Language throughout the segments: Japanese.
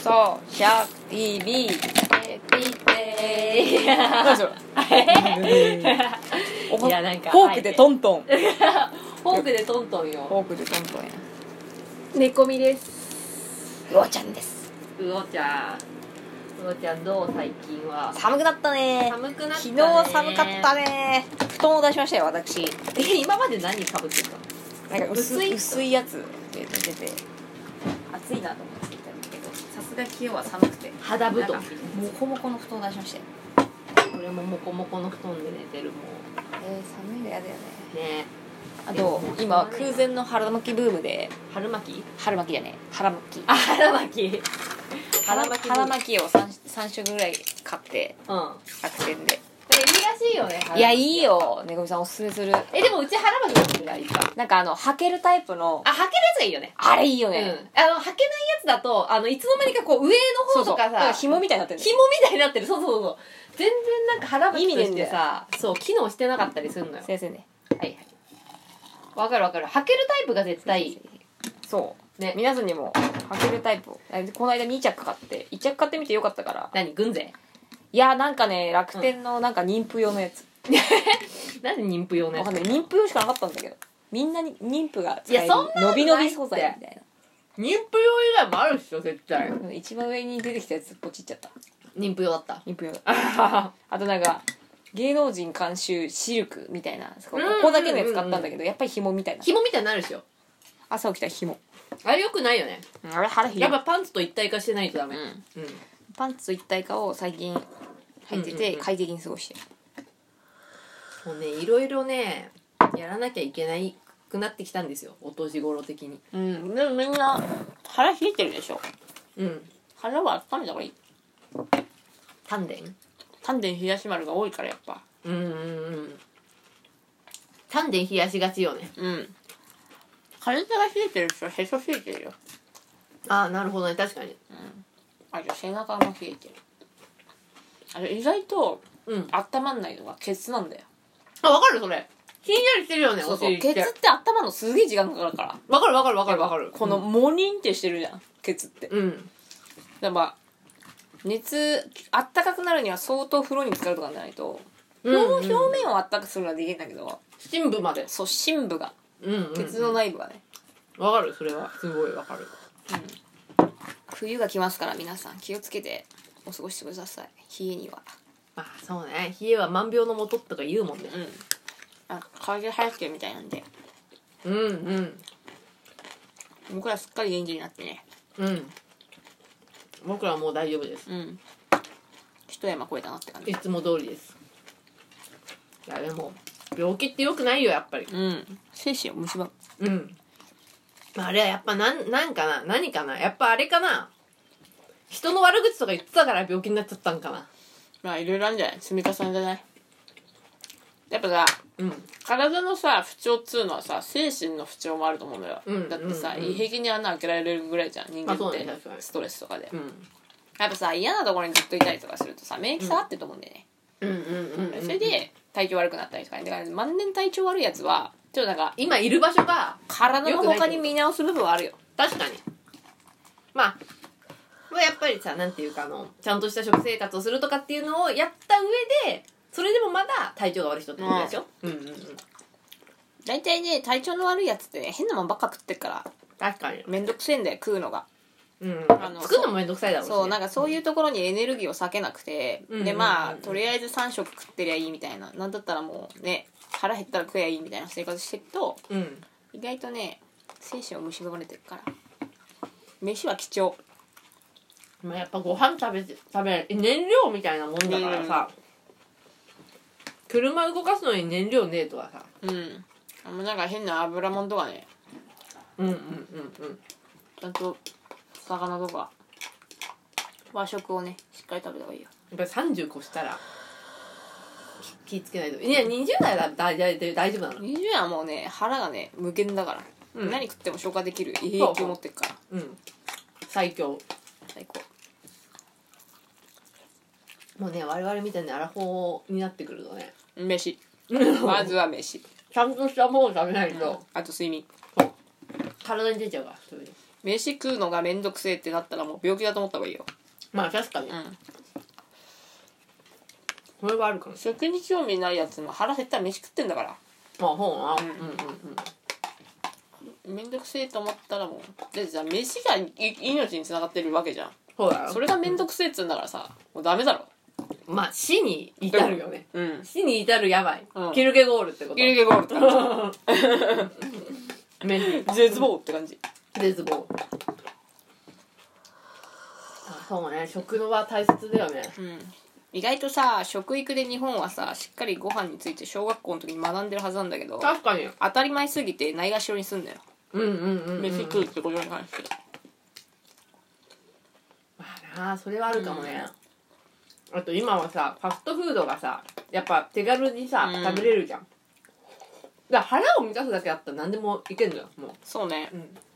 そうシャーク TV 何それいやなんかフォークでトントンフォークでトントンよ。 フォークでトントンや猫みです。 うおちゃんです。 うおちゃんどう最近は。 寒くなったね。 寒くなったね。 昨日は寒かったね。布団を出しましたよ私。 今まで何かぶってたの？ なんか薄いやつ出て暑いなと思ってたんだけど、さすが今日は寒くて肌布団モコモコの布団を出しましたよ。 これもモコモコの布団で寝てるもん。 寒いの嫌だよね。 ね。 あと今は空前の春巻きブームで。 春巻きじゃねえ腹巻き。 腹巻き腹巻きを 3種ぐらい買って楽天で。 いいらしいよね。 いやいいよねこみさんおすすめする。 でもうち腹巻きだったらいいか。 なんか履けるタイプの履けるやつがいいよね。 あれいいよね。 履けないやつだといつの間にかこう上の方とかさ紐みたいになってる。 紐みたいになってる。そう全然なんか腹巻きとしてさそう機能してなかったりするのよ。 先生ね。 はいわかる履けるタイプが絶対いい。 そうね、皆さんにも履けるタイプをこの間2着買って1着買ってみてよかったから。 何軍勢？ いやなんかね楽天のなんか妊婦用のやつ、 なんで妊婦用のやつ？ わかんない妊婦用しかなかったんだけどみんなに妊婦が使えるいやそんなのないって伸び素材みたい妊婦用以外もあるっしょ絶対。 な。一番上に出てきたやつポチっちゃった。 妊婦用だった。 妊婦用あとなんか芸能人監修シルクみたいなここだけのやつ買ったんだけど、やっぱり紐みたいな。 紐みたいになるでしょ。 朝起きたら紐。 あれよくないよね。 あれ腹冷える。 やっぱパンツと一体化してないとダメ。 パンツと一体化を最近入ってて快適に過ごしてる。 もうねいろいろねやらなきゃいけないくなってきたんですよお年頃的に。 でもみんな腹冷えてるでしょ。腹は温めた方がいい。 丹田冷やし丸が多いからやっぱ。 丹田冷やしがちよね。 体が冷えてる人はへそ冷えてるよ。 あなるほどね確かに。 あと背中も冷えてる。あれ意外と温まんないのがケツなんだよ。 あ分かるそれ。ひんやりしてるよね。 そうケツって温まるのすげえ時間かかるから。 分かる。 このモニンってしてるじゃんケツって。だからあったかくなるには相当風呂に浸かるとかじゃないと、表面をあったかくするのはできるんだけど、 深部まで。 そう深部が、ケツの内部がね。 わかるそれはすごいわかる。 冬が来ますから皆さん気をつけてお過ごしください。冷えには。 まあそうね冷えは万病のもととか言うもんね。 風邪流行ってるみたいなんで。僕らすっかり元気になってね。 僕らはもう大丈夫です。 一山越えたなって感じ。 いつも通りです。いやでも病気ってよくないよやっぱり。 精神を蝕む。 あれはやっぱ何かなやっぱあれかな、人の悪口とか言ってたから病気になっちゃったんかな。 まあいろいろあるんじゃない、積み重ねじゃない。やっぱさ、体のさ不調っつうのはさ精神の不調もあると思うのよ。だってさ、胃壁に穴開けられるぐらいじゃん人間って、ストレスとかで。やっぱさ嫌なところにずっといたりとかするとさ免疫下がってると思うんだよね。それで体調悪くなったりとかね。だから万年体調悪いやつはちょっとなんか今いる場所が体の他に見直す部分はあるよ。 確かに。まあやっぱりさなんていうかちゃんとした食生活をするとかっていうのをやった上でそれでもまだ体調が悪い人ってことでしょ。 大体ね体調の悪いやつってね変なもんばっか食ってるから確かにめんどくせえんだよ食うのが。 作るのもめんどくさいだろうしね。 そうなんかそういうところにエネルギーを割けなくて、でまあとりあえず3食食ってりゃいいみたいな、なんだったらもうね腹減ったら食えばいいみたいな生活してると、意外とね精神を蝕まれてるから飯は貴重。 まあやっぱご飯食べ燃料みたいなもんだからさ、車動かすのに燃料ねえとかさ、 なんか変な油もんとかね、ちゃんと魚とか和食をねしっかり食べた方がいいよ。 やっぱり30越したら気ぃつけないと。いや20代だ大丈夫なの。 20代はもうね腹がね無限だから、何食っても消化できる胃壁を持ってるから、 最強。 最高。 もうね我々みたいにアラフォーになってくるとね飯まずは飯ちゃんとしたものを食べないと、 あと睡眠体に出ちゃうからそれで。 飯食うのがめんどくせえってなったらもう病気だと思った方がいいよ。 まあ確かに、これはあるかも。 食に興味ないやつも腹減ったら飯食ってんだから。 まあほうな、 めんどくせえと思ったらもうだってさ、飯が命につながってるわけじゃん。 そうだよ。 それがめんどくせえっつうんだからさ、もうダメだろ。 まあ死に至るよね、死に至る病、キルケゴールってこと。 キルケゴールって感じ。絶望って感じ。 絶望。そうね、食のは大切だよね。 意外とさ、食育で日本はさ、しっかりご飯について小学校の時に学んでるはずなんだけど、 確かに当たり前すぎてないがしろにすんだよ。飯食うってことに関して。 まあなあ、それはあるかもね。あと今はさ、ファストフードがさ、やっぱ手軽にさ、食べれるじゃん。だから腹を満たすだけだったら何でもいけんのよ、もう。 そうね。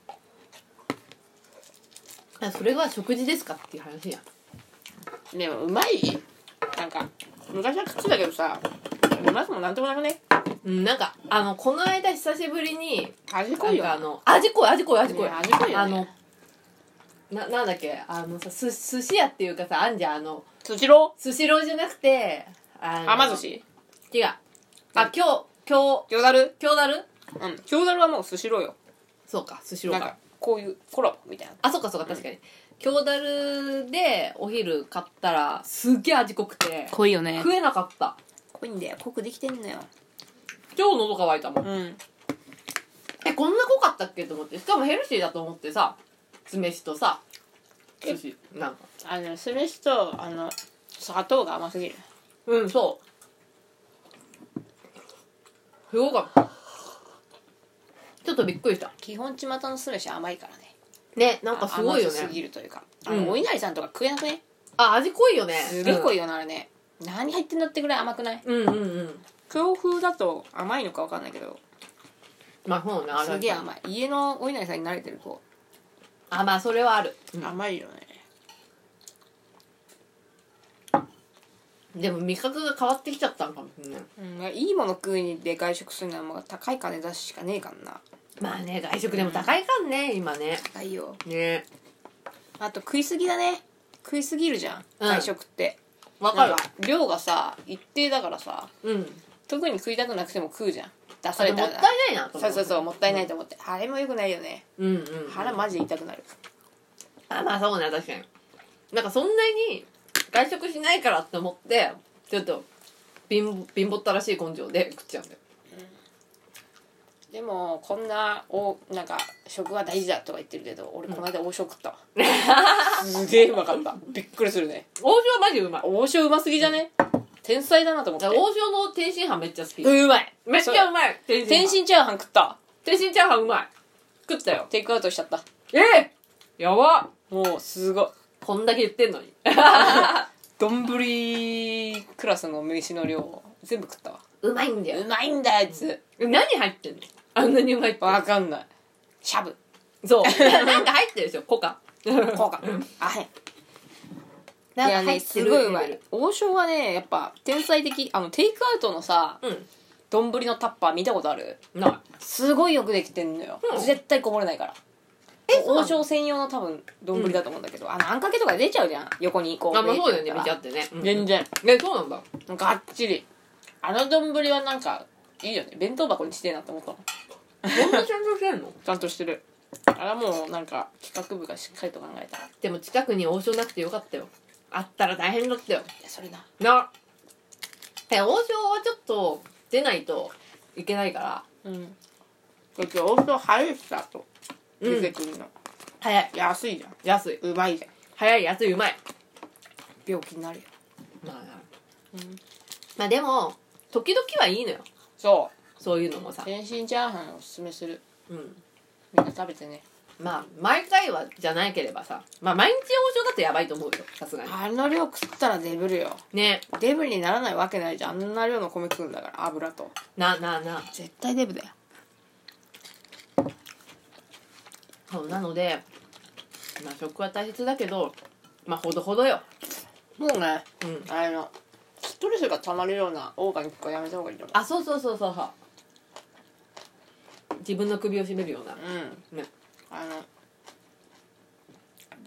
それが食事ですかっていう話やん。 でもうまい？なんか昔は食ってたけどさ、うまくもなんともなくね。 なんかこの間久しぶりに味濃いよ。 味濃い、 味濃いよね。 なんだっけさ、寿司屋っていうかさ、あんじゃん、 スシロスシローじゃなくてー？はま寿司？ 違う。京だる？ 京だる？ 京だるはもうスシローよ。 そうか、スシローか。 なんかこういうコラボみたいな。 あ、そうかそうか、確かに。京だるでお昼買ったらすっげえ味濃くて濃いよね。 食えなかった。 濃いんだよ。濃くできてんのよ。 超喉乾いたもん。こんな濃かったっけと思って。しかもヘルシーだと思ってさ、酢飯とさ、寿司なんか酢飯と砂糖が甘すぎる。 そうすごかった。ちょっとびっくりした。 基本ちまたの酢飯甘いからね。 ね、なんかすごいよね。 甘すぎるというか、お稲荷さんとか食えなくね？ 味濃いよね。 すげえ濃いよな、あれね。何入ってんだってぐらい甘くない？京風だと甘いのか分かんないけど、 まあそうね、あれすげえ甘い。家のお稲荷さんに慣れてるとまあそれはある。 甘いよね。 でも味覚が変わってきちゃったんかもしれない。 いいもの食うにで外食するのはもう高い金出すしかねえからな。 まあね、外食でも高いかんね、今ね。 高いよね。 あと食いすぎだね。食いすぎるじゃん、外食って。 わかる。 量がさ一定だからさ、特に食いたくなくても食うじゃん、出されたら。 もったいないなと思って。 そうもったいないと思って、あれもよくないよね。腹マジで痛くなる。 まあそうね、確かに。なんかそんなに外食しないからって思ってちょっと貧乏ったらしい根性で食っちゃうんだよ。 でもこんななんか食は大事だとか言ってるけど、俺この間王将食ったわ。すげえうまかった。びっくりするね。 王将マジうまい。 王将うますぎじゃね？天才だなと思って。 王将の天津飯めっちゃ好き。 うまい。 めっちゃうまい。 天津チャーハン食った。 天津チャーハンうまい。食ったよ。 テイクアウトしちゃった。 やば。 もうすごい。 こんだけ言ってんのに。 丼クラスの飯の量全部食ったわ。 うまいんだよ。 うまいんだあいつ。 何入ってんの？あんなにうまいって。 わかんない。しゃぶ。 そう。なんか入ってるでしょ、コカ。 あへん。いやね、すごいうまい。王将はね、やっぱ天才的。テイクアウトのさ、丼のタッパー見たことある？ ない。 すごいよくできてんのよ。絶対こぼれないから。王将専用の多分丼だと思うんだけど、あんかけとか出ちゃうじゃん、横にこう。 まあそうだよね、見ちゃってね。 全然。 そうなんだ。 がっちり。丼はなんかいいよね。弁当箱にしてえなって思ったの。 こんなちゃんとしてんの？ ちゃんとしてる。あれはもうなんか企画部がしっかりと考えた。 でも近くに王将なくてよかったよ。あったら大変だったよ。 それな。 王将はちょっと出ないといけないから。 だって王将早いしさと出てくるの。 早い。 安いじゃん。 安い。 うまいじゃん。 早い、安い、うまい。 病気になるよ。 まあでも時々はいいのよ。そういうのもさ。 天津チャーハンおすすめする。みんな食べてね。 まあ毎回はじゃないければさ、まあ毎日王将だとやばいと思うよ、さすがに。 あの量食ったらデブるよね。 デブにならないわけないじゃん、あんな量の米食うんだから。油と絶対デブだよ。 そうなので、まあ食は大切だけど、まあほどほどよ。 もうね、ストレスが溜まるようなオーガニックはやめた方がいいと思う。 そう自分の首を絞めるような。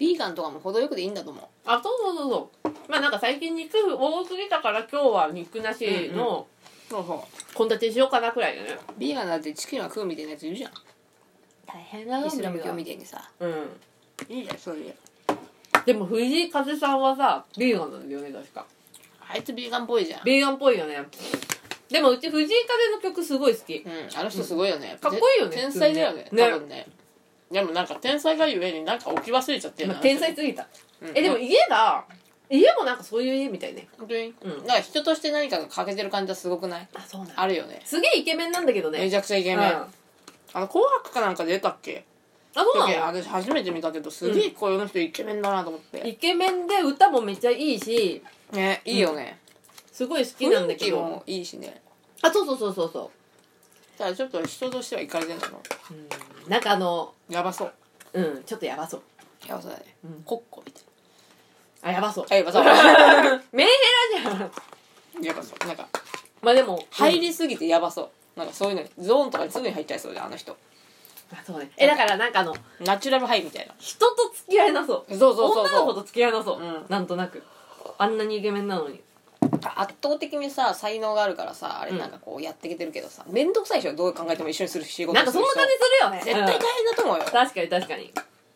ビーガンとかも程よくでいいんだと思う。 あ、そうまあなんか最近肉多すぎたから今日は肉なしのそうそう献立しようかなくらいだね。 ビーガンだってチキンは食うみたいなやついるじゃん。 大変だよイスラム教みたいにさ。いいじゃんそういう。 でも藤井風さんはさビーガンなんだよね確か。 あいつビーガンっぽいじゃん。 ビーガンっぽいよね。でもうち藤井風の曲すごい好き。 あの人すごいよね。 かっこいいよね。 天才だよね多分ね。でもなんか天才がゆえになんか置き忘れちゃってるな。 天才すぎた。でも家もなんかそういう家みたいね。 本当に。なんか人として何かが欠けてる感じはすごくない？ あ、そうなんだ。 あるよね。 すげえイケメンなんだけどね。 めちゃくちゃイケメン。紅白かなんか出たっけ？ あ、そうなの？ 私初めて見たけどすげえこの人イケメンだなと思って。 イケメンで歌もめっちゃいいし。 ね、いいよね。 すごい好きなんだけど。 雰囲気もいいしね。 あ、そう。 ただちょっと人としてはいかれてんだろ。 なんかやばそう。 ちょっとやばそう。 やばそうだね。コッコみたいな。あ、やばそう。 あ、やばそう。 メンヘラじゃん。 やばそう。なんか、 まあでも、 入りすぎてやばそう。なんかそういうのに、ゾーンとかにすぐに入っちゃいそうじゃん、あの人。 あ、そうね。だからなんかナチュラルハイみたいな。 人と付き合えなそう。 そう。 女の子と付き合えなそう。なんとなく。あんなにイケメンなのに。 圧倒的にさ才能があるからさあれなんかこうやってきてるけどさ面倒くさいでしょどう考えても一緒にする仕事なんかそんな感じするよね。 絶対大変だと思うよ。 確かに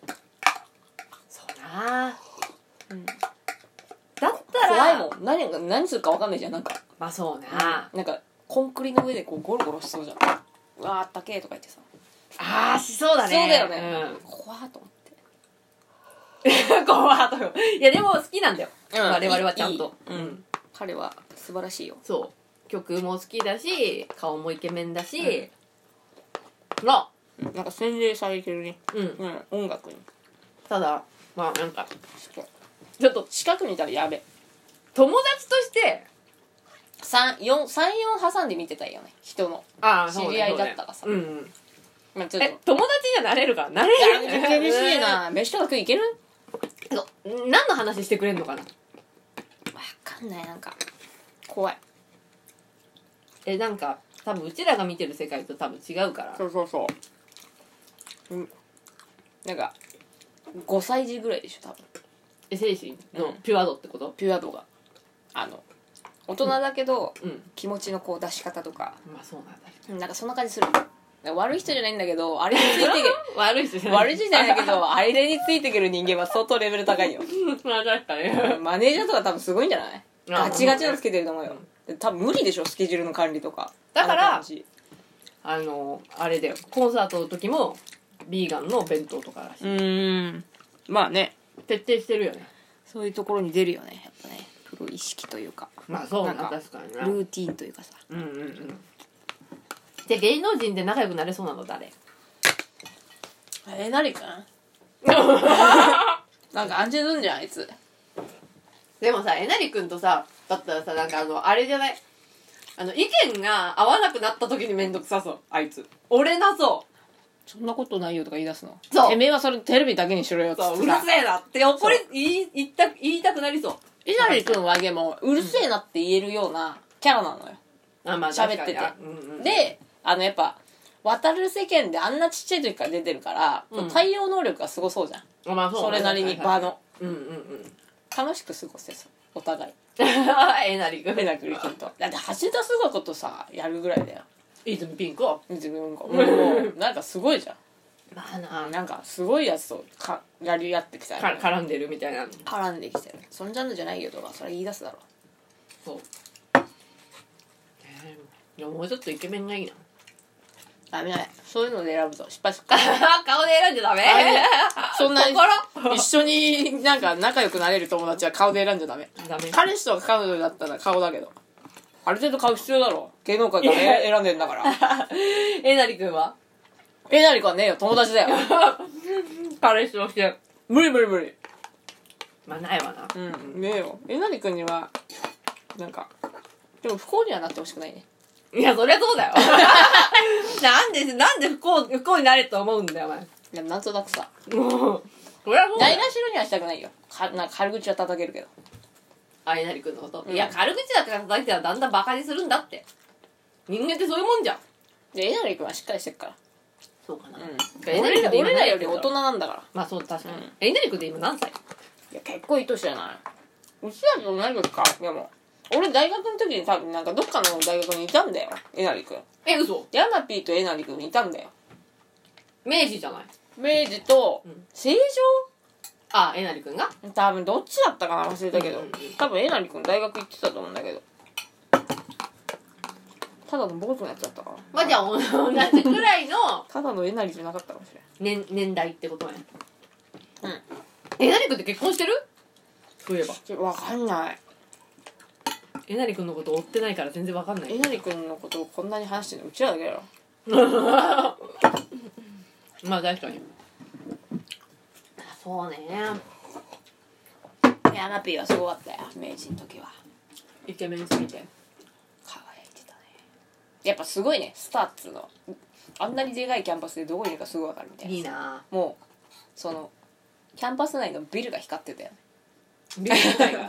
そうなだったら怖いもん何するか分かんないじゃんなんかまあそうななんかコンクリの上でこうゴロゴロしそうじゃんうわーあったけーとか言ってさあーしそうだね。 そうだよね怖ーと思って怖ーといやでも好きなんだよ我々はちゃんと彼は素晴らしいよ。 そう曲も好きだし顔もイケメンだしがなんか洗礼されてるね音楽に。 ただまあなんかちょっと近くにいたらやべ友達として 34挟んで見てたよね人の知り合いだったらさ友達じゃなれるかなれる厳しいな飯とか食いける何の話してくれんのかな分かんないなんか怖いなんか多分うちらが見てる世界と多分違うからそうなんか5歳児ぐらいでしょ多分精神のピュア度ってこと、 ピュア度が大人だけど、気持ちのこう出し方とかまあそうなんだなんかそんな感じする悪い人じゃないんだけどあれについてけ悪い人じゃないんだけどあれについてくる人間は相当レベル高いよまあ確かにマネージャーとか多分すごいんじゃないガチガチのつけてると思うよ多分無理でしょスケジュールの管理とかだからあれだよコンサートの時もビーガンの弁当とからしいまあね徹底してるよねそういうところに出るよねやっぱねプロ意識というかまあそうななんか確かになルーティーンというかさじゃあ芸能人で仲良くなれそうなの誰何かなんか安心すんじゃんあいつでもさえなりくんとさだったらさなんかあれじゃない意見が合わなくなった時にめんどくさそうあいつ俺なそんなことないよとか言い出すのそうてめえはそれテレビだけにしろよっつってそううるせえなって言いたくなりそうえなりくんはでもうるせえなって言えるようなキャラなのよまあ喋っててでやっぱ渡る世間であんなちっちゃい時から出てるから、対応能力がすごそうじゃん、 まあそうそれなりに場の楽しく過ごせそうお互いえなりくんえなりくんとだって橋田壽賀子とさやるぐらいだよ泉ピンク自分がもうなんかすごいじゃんまあなんかすごいやつとやり合ってきたら絡んでるみたいな絡んできてるそんジャンルじゃないよとかそれ言い出すだろそういやもうちょっとイケメンがいいなダメだねそういうので選ぶと失敗するか顔で選んじゃダメそんな一緒になんか仲良くなれる友達は顔で選んじゃダメ彼氏とか彼女だったら顔だけどある程度顔必要だろ芸能界から選んでんだからえなりくんはえなりくんはねえよ友達だよ彼氏として無理まあないわなねえよえなりくんにはなんかでも不幸にはなってほしくないねいやそりゃそうだよなんで不幸になれと思うんだよお前いやなんとなくさもうそりゃそうだよ台無しにはしたくないよなんか軽口は叩けるけどあえなりくんのこと、いや軽口だって叩いてはだんだんバカにするんだって人間ってそういうもんじゃんでえなりくんはしっかりしてるからそうかな、 俺らより大人なんだから。 まあそう確かに。えなりくんって今何歳？ いや結構いい年じゃない。うちらと同い年か。でも俺大学の時に多分なんかどっかの大学にいたんだよ、えなりくん。 嘘？ ヤマピーとえなりくんいたんだよ。 明治じゃない？ 明治と成城、 あ、えなりくんが多分どっちだったかな忘れたけど、多分えなりくん大学行ってたと思うんだけど、ただの坊主のやつだったかな。 まあじゃあ同じくらいのただのえなりじゃなかったかもしれない。 年代ってことね。 うん。 えなりくんって結婚してる？そういえばわかんない。 えなりくんのこと追ってないから全然わかんない。 えなりくんのことをこんなに話してるのうちらだけだろ。 まあ確かに。そうね。 ヤマピーはすごかったよ、明治の時は。 イケメンすぎて輝いてたね。やっぱすごいね、スターっつうの。あんなにでかいキャンパスでどこにいるかすごいわかるみたいな。 いいな。 もうそのキャンパス内のビルが光ってたよね。 ビル自体が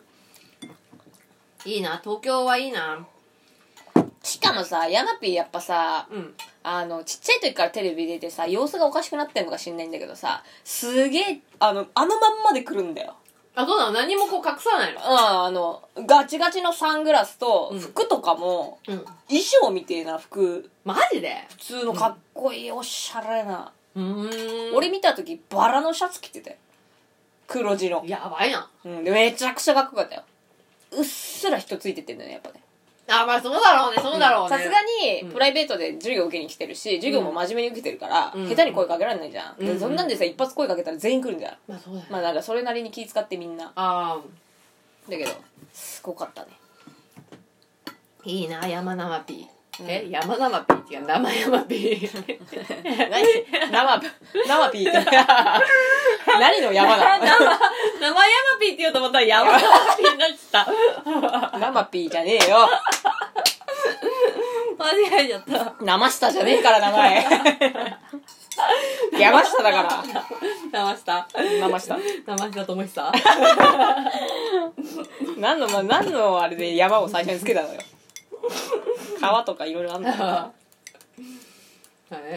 いいな、東京はいいな。 しかもさ、ヤマピーやっぱさ、 うん。 ちっちゃい時からテレビ出てさ、様子がおかしくなってんのか知んないんだけどさ、すげえあのまんまで来るんだよ。 あ、そうなの？何もこう隠さないの？ ガチガチのサングラスとうん服とかも、 うん。 衣装みてえな服、 マジで？ 普通のかっこいいおしゃれな、 俺俺見た時バラのシャツ着てて、黒地の、 やばいな。 でめちゃくちゃかっこよかったよ。うっすら人ついてってんだよね、やっぱね。 あ、まあそうだろうね、そうだろうね。 さすがにプライベートで授業受けに来てるし、授業も真面目に受けてるから、下手に声かけられないじゃん、でそんなんでさ一発声かけたら全員来るんだよ。 まあそうだよ。 まあなんかそれなりに気遣ってみんなあだけど、すごかったね。 ー、いいな、山生ピー。山生ピーっていうか生山ピー。 生ピーって何の山だ。 生山ピーって言おうと思ったら山生ピーになっちゃった。 生ピーじゃねえよ。 間違えちゃった。 生下じゃねえから名前。山下だから。 生下生下。 生下智久。 何のあれで山を最初につけたのよ。川とかいろいろあんだよ。 はい、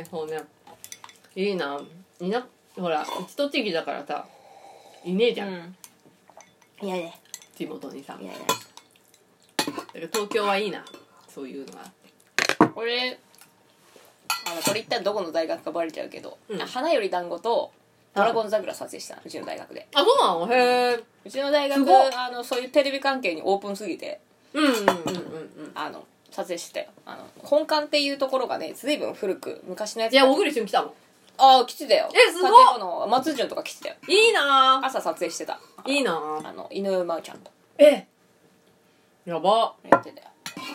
そうね。いいな。ほら、うち栃木だからさ、いねえじゃん。 いやね。 地元にさ。 いやいや。 だから東京はいいな。そういうのが。 これ一体どこの大学かバレちゃうけど、 うん花より団子とドラゴン桜撮影したの、うちの大学で。 あ、そうなの？へえ。 うちの大学すごっそういうテレビ関係にオープンすぎて、 うんうんうんうん。 撮影してたよ。本館っていうところがね、随分古く昔のやつ。 いや、小栗旬来たの。 ああ来てたよ。 すごっ建物松潤とか来てたよ。 いいなぁ。 朝撮影してた。 いいなぁ。 井上真央ちゃんとやば。 やってたよ。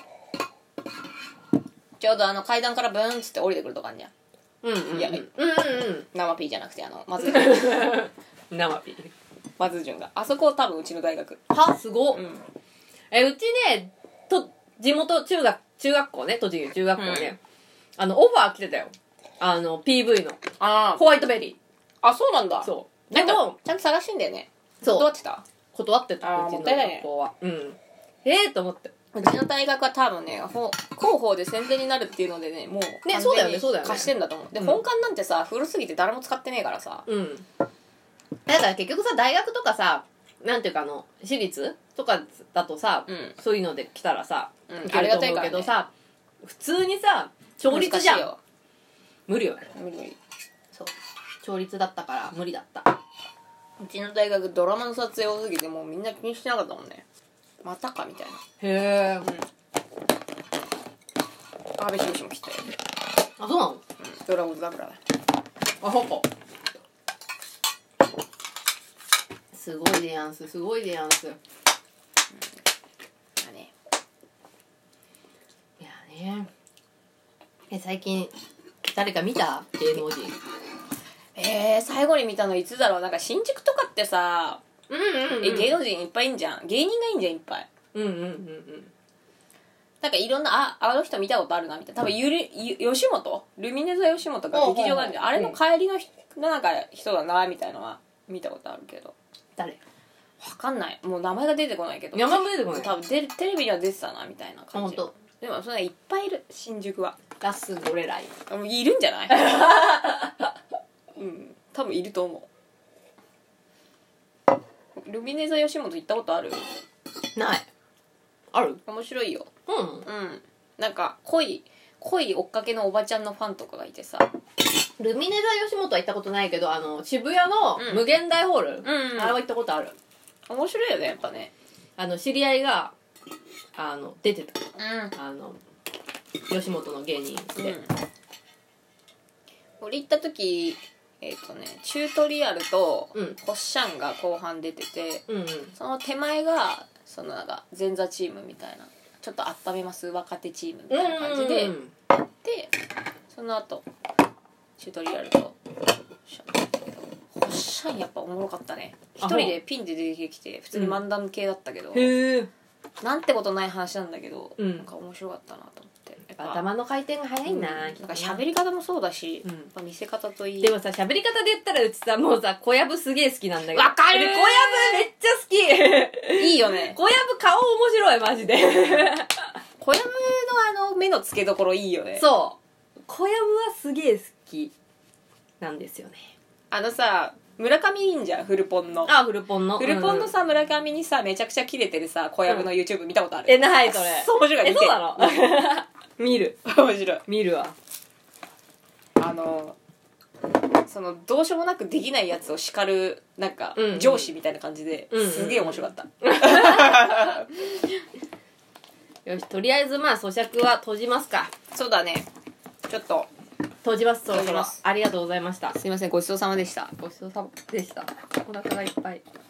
ちょうど階段からブーンっつって降りてくるとかあんじゃん。 うんうん。 いや生ピーじゃなくて松潤生ピー。 松潤があそこ多分うちの大学。 は、すごっ。 うん。 うちね、地元中学校ね、栃木の中学校ね、オファー来てたよ。PV の。 あホワイトベリー。 あ、そうなんだ。 そう。 でもでも、 ちゃんと探してんだよね。 そう断ってた。 断ってた、 あーうちのもったいないね学校は。うん。と思って。 うちの大学は多分ね、広報で宣伝になるっていうのでね、もうねそうだよねそうだよね貸してんだと思う。で、 うん本館なんてさ、古すぎて誰も使ってねえからさ。 うん。だから結局さ、大学とかさ、なんていうか私立とかだとさ、 うんそういうので来たらさ、 うんいけると思うけどさ、普通にさ、調律じゃん。 難しいよ。 無理よ。 無理無理。 そう。調律だったから無理だった。 うちの大学ドラマの撮影多すぎてもうみんな気にしてなかったもんね。またかみたいな。 へえ。 阿部寛も来たよ。 あ、そうなの？ ドラゴン桜だ。 あ、ほこ。すごいでやんす、すごいでやんす。いだね。 やね。最近、誰か見た？芸能人。 最後に見たのいつだろう。なんか新宿とかってさ、芸能人いっぱいいんじゃん。芸人がいいんじゃん、いっぱい。 うんうんうんうん。 なんかいろんな、あの人見たことあるなみたいな。多分吉本ルミネ座吉本が劇場があるじゃん。あれの帰りのなんか人だなみたいなのは見たことあるけど。 誰？ わかんない。もう名前が出てこないけど。 名前も出てこない。 多分テレビには出てたなみたいな感じ。 ほんと。 でもそんないっぱいいる新宿は。 ラッスンどれらいもういるんじゃないうん多分いると思う。ルミネ座吉本行ったことある？ ないある面白いよ。 うんうんなんか濃い追っかけのおばちゃんのファンとかがいてさ。 ルミネ座吉本は行ったことないけど渋谷の無限大ホール、 うんあれは行ったことある。 面白いよねやっぱね。 知り合いが出てたうん吉本の芸人で、 俺行った時チュートリアルとうんホッシャンが後半出てて、 うんうんその手前がそのなんか前座チームみたいなちょっと温めます若手チームみたいな感じで、 うんでその後チュートリアルとホッシャンやっぱおもろかったね。一人でピンで出てきて普通に漫談系だったけど、 へえなんてことない話なんだけど、 うんなんか面白かったなと思って。やっぱ頭の回転が早いな、 なんか喋り方もそうだし、 うんやっぱ見せ方といい。 でもさ喋り方で言ったらうちさもうさ小籔すげえ好きなんだけど。 わかるーで小籔めっちゃ好きいいよね。 小籔顔面白いマジで小籔の目の付けどころいいよね。 そう小籔はすげえ好きなんですよね。 さ村上いいんじゃんフルポンの。 フルポンのさ、村上にさめちゃくちゃキレてるさ小籔の YouTube 見たことある？ ないそれそう面白い。 そうなの見る面白い。 見るわ。 そのどうしようもなくできないやつを叱るなんか、 うん上司みたいな感じで、 うんすげえ面白かった、 よしとりあえずまあ咀嚼は閉じますか。 そうだね。ちょっと閉じますそろそろ閉じます。 ありがとうございました。 すいませんごちそうさまでした。 ごちそうさまでした。お腹がいっぱい。